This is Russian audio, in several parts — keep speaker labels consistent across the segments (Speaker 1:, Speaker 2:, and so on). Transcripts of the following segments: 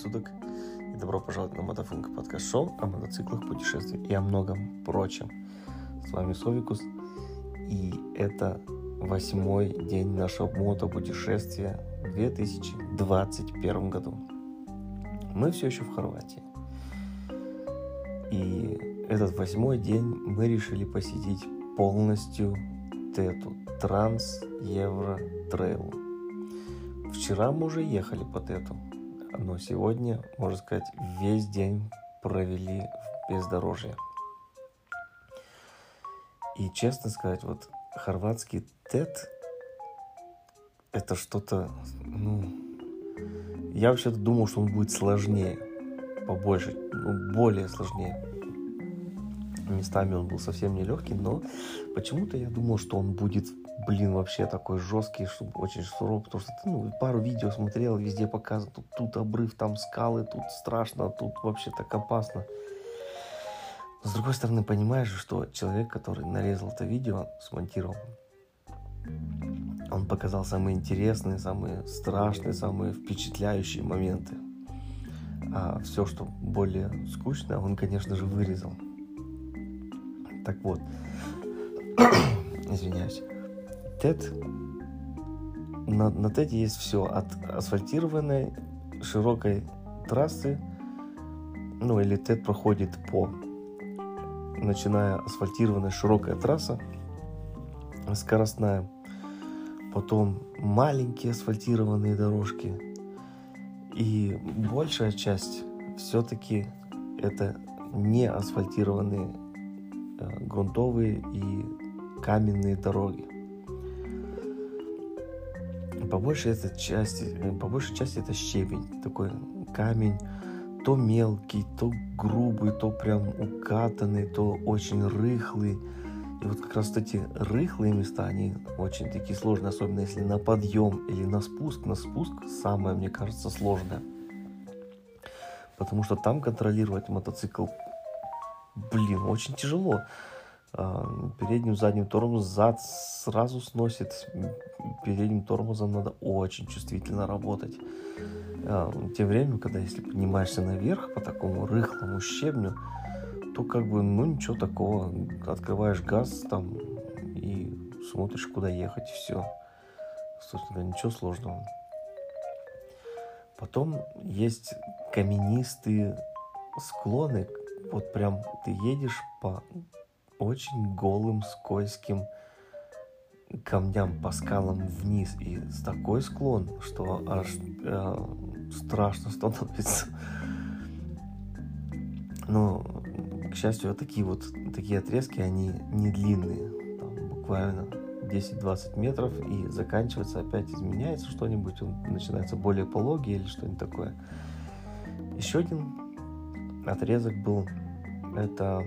Speaker 1: суток и добро пожаловать на Мотофунк подкаст-шоу о мотоциклах, путешествиях и о многом прочем. С вами Совикус, и это 8-й день нашего мотопутешествия в 2021 году. Мы все еще в Хорватии. И этот 8-й день мы решили посетить полностью Тету, Транс-Евро-трейл. Вчера мы уже ехали по Тету, но сегодня, можно сказать, весь день провели в бездорожье. И честно сказать, вот хорватский Тет — это что-то, я вообще-то думал, что он будет сложнее, побольше, более сложнее. Местами он был совсем нелегкий, но почему-то я думал, что он будет, вообще такой жесткий, чтобы очень суровый, потому что ты, пару видео смотрел, везде показывают, тут обрыв, там скалы, тут страшно, тут вообще так опасно. Но с другой стороны, понимаешь, что человек, который нарезал это видео, смонтировал, он показал самые интересные, самые страшные, самые впечатляющие моменты. А все, что более скучно, он, конечно же, вырезал. Так вот, извиняюсь. Тет, на Тете есть все, от асфальтированной широкой трассы, или Тет проходит начиная асфальтированная широкая трасса, скоростная, потом маленькие асфальтированные дорожки, и большая часть все-таки это не асфальтированные грунтовые и каменные дороги. По большей части это щебень, такой камень, то мелкий, то грубый, то прям укатанный, то очень рыхлый. И вот как раз эти рыхлые места, они очень такие сложные, особенно если на подъем или на спуск. На спуск самое, мне кажется, сложное. Потому что там контролировать мотоцикл, очень тяжело. Передним, задним тормозом зад сразу сносит. Передним тормозом надо очень чувствительно работать. Тем временем, когда если поднимаешься наверх по такому рыхлому щебню, то ничего такого. Открываешь газ там и смотришь, куда ехать, и все. Собственно, ничего сложного. Потом есть каменистые склоны. Вот прям ты едешь по очень голым, скользким камням, по скалам вниз. И такой склон, что аж страшно становится. Но, к счастью, такие отрезки, они не длинные. Там буквально 10-20 метров, и заканчивается, опять изменяется что-нибудь, он начинается более пологий или что-нибудь такое. Еще один отрезок был, это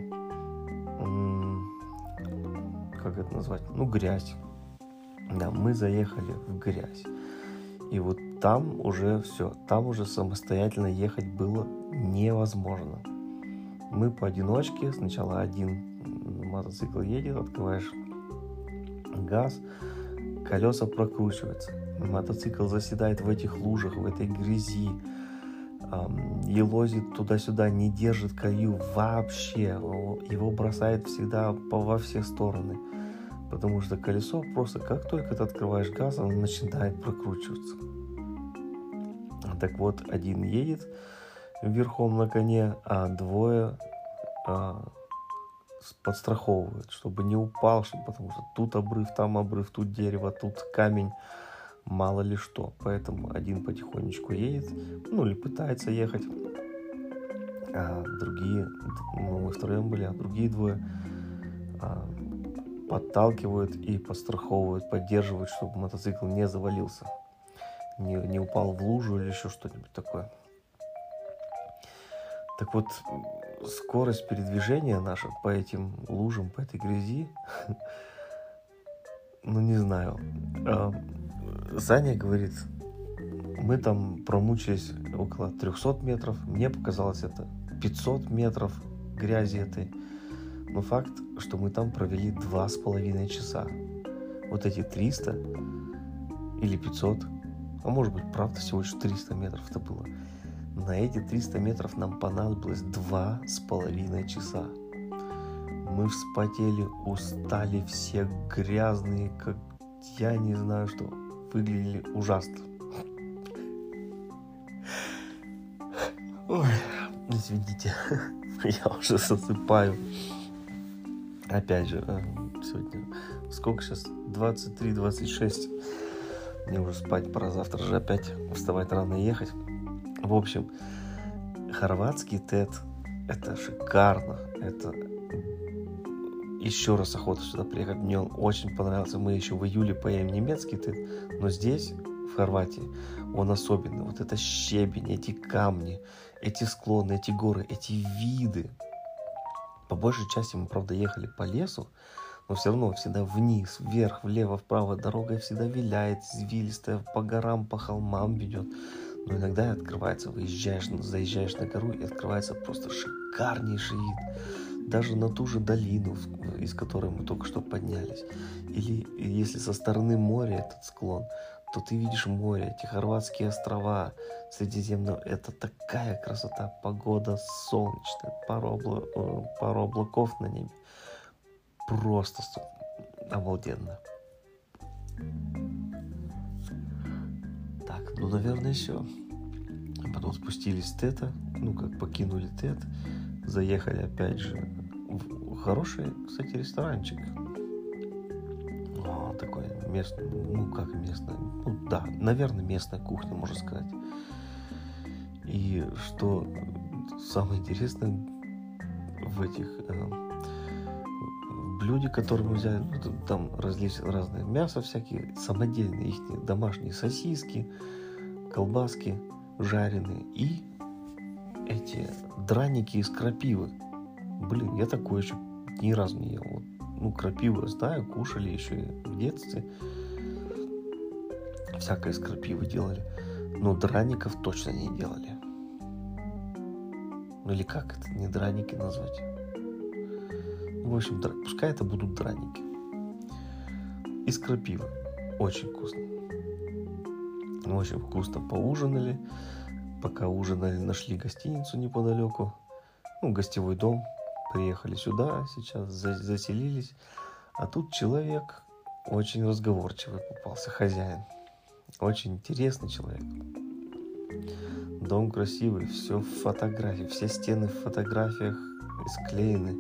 Speaker 1: как это назвать? Грязь. Да, мы заехали в грязь. И вот там уже все. Там уже самостоятельно ехать было невозможно. Мы поодиночке. Сначала один мотоцикл едет, открываешь газ, колеса прокручиваются. Мотоцикл заседает в этих лужах, в этой грязи. Елозит туда-сюда, не держит колею вообще. Его бросает всегда во все стороны. Потому что колесо просто, как только ты открываешь газ, оно начинает прокручиваться. Так вот, один едет верхом на коне, а двое подстраховывают, чтобы не упал, потому что тут обрыв, там обрыв, тут дерево, тут камень, мало ли что. Поэтому один потихонечку едет, или пытается ехать, а другие, мы втроем были, а другие двое подталкивают и подстраховывают, поддерживают, чтобы мотоцикл не завалился, не упал в лужу или еще что-нибудь такое. Так вот, скорость передвижения наша по этим лужам, по этой грязи, не знаю. Саня говорит, мы там промучились около 300 метров, мне показалось это 500 метров грязи этой. Но факт, что мы там провели 2,5 часа. Вот эти 300 или 500, а может быть, правда, всего лишь 300 метров это было. на эти 300 метров нам понадобилось 2,5 часа. Мы вспотели, устали, все грязные, как я не знаю что, выглядели ужасно. Ой, извините, я уже засыпаю. Опять же, сегодня сколько сейчас? 23-26. Мне уже спать пора, завтра же опять вставать рано и ехать. В общем, хорватский TED — это шикарно. Это еще раз охота сюда приехать. Мне он очень понравился. Мы еще в июле поедем немецкий TED, но здесь, в Хорватии, он особенный. Вот это щебень, эти камни, эти склоны, эти горы, эти виды. По большей части мы, правда, ехали по лесу, но все равно всегда вниз, вверх, влево, вправо. Дорога всегда виляет, извилистая, по горам, по холмам ведет. Но иногда открывается, заезжаешь на гору, и открывается просто шикарнейший вид. Даже на ту же долину, из которой мы только что поднялись. Или если со стороны моря этот склон, то ты видишь море, эти хорватские острова, Средиземного. Это такая красота, погода солнечная, пару облаков на небе. Просто обалденно. Так, ну, наверное, все. Потом спустились с TED, покинули TED, заехали опять же в хороший, кстати, ресторанчик. Такой местный, местный, наверное, местная кухня, можно сказать. И что самое интересное в этих блюде, которые мы взяли, там разное мясо всякие, самодельные их домашние сосиски, колбаски жареные и эти драники из крапивы. Блин, я такое еще ни разу не ел. Крапиву я знаю, кушали еще и в детстве. Всякое из крапивы делали. Но драников точно не делали. Или как это, не драники назвать? В общем, пускай это будут драники. Из крапивы. Очень вкусно. Очень вкусно поужинали. Пока ужинали, нашли гостиницу неподалеку. Гостевой дом. Приехали сюда, сейчас заселились. А тут человек очень разговорчивый попался, хозяин. Очень интересный человек. Дом красивый, все в фотографии, все стены в фотографиях склеены.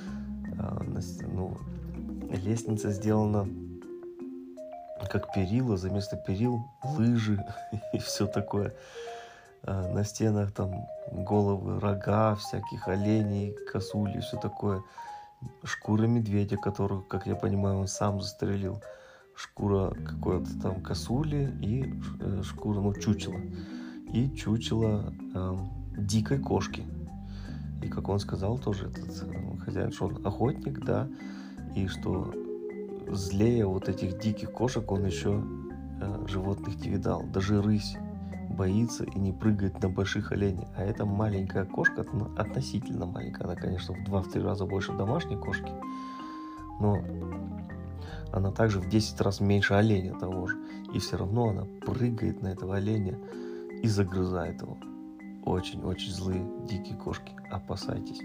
Speaker 1: Лестница сделана как перила, за место перил лыжи и все такое. На стенах там головы, рога всяких оленей, косулей, все такое. Шкура медведя, которую, как я понимаю, он сам застрелил. Шкура какой-то там косули и шкура, чучела. И чучело дикой кошки. И как он сказал тоже, этот хозяин, что он охотник, да, и что злее вот этих диких кошек он еще животных не видал. Даже рысь боится и не прыгает на больших оленей. А эта маленькая кошка, относительно маленькая, она, конечно, в 2-3 раза больше домашней кошки, но она также в 10 раз меньше оленя того же. И все равно она прыгает на этого оленя и загрызает его. Очень-очень злые дикие кошки. Опасайтесь.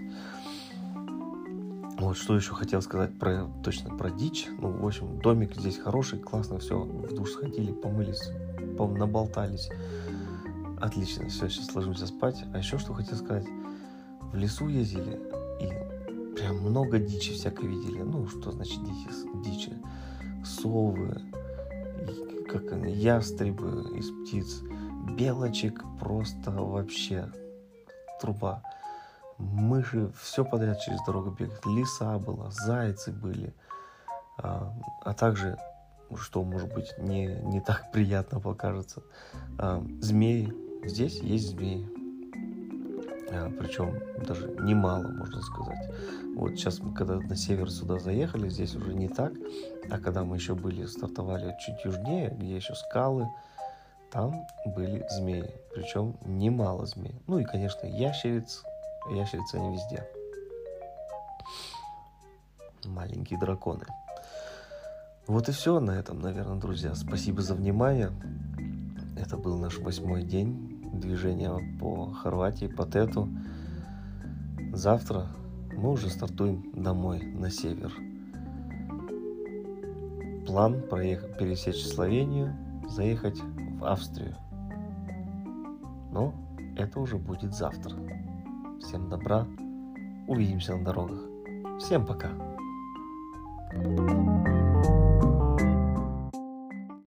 Speaker 1: Вот что еще хотел сказать про дичь. В общем, домик здесь хороший, классно, все. В душ сходили, помылись, наболтались. Отлично, все, сейчас ложимся спать. А еще что хотел сказать. В лесу ездили и прям много дичи всякой видели. Что значит дичи? Совы, ястребы из птиц, белочек просто вообще труба. Мыши, все подряд через дорогу бегают. Лиса была, зайцы были. А также, что может быть не так приятно покажется, змеи. Здесь есть змеи. Причем даже немало, можно сказать. Вот сейчас мы, когда на север сюда заехали, здесь уже не так. А когда мы еще стартовали чуть южнее, где еще скалы, там были змеи. Причем немало змей. И, конечно, ящерицы они везде. Маленькие драконы. Вот и все на этом, наверное, друзья. Спасибо за внимание. Это был наш 8-й день. движение по Хорватии, по Тету. Завтра мы уже стартуем домой, на север. План пересечь Словению, заехать в Австрию. Но это уже будет завтра. Всем добра, увидимся на дорогах. Всем пока!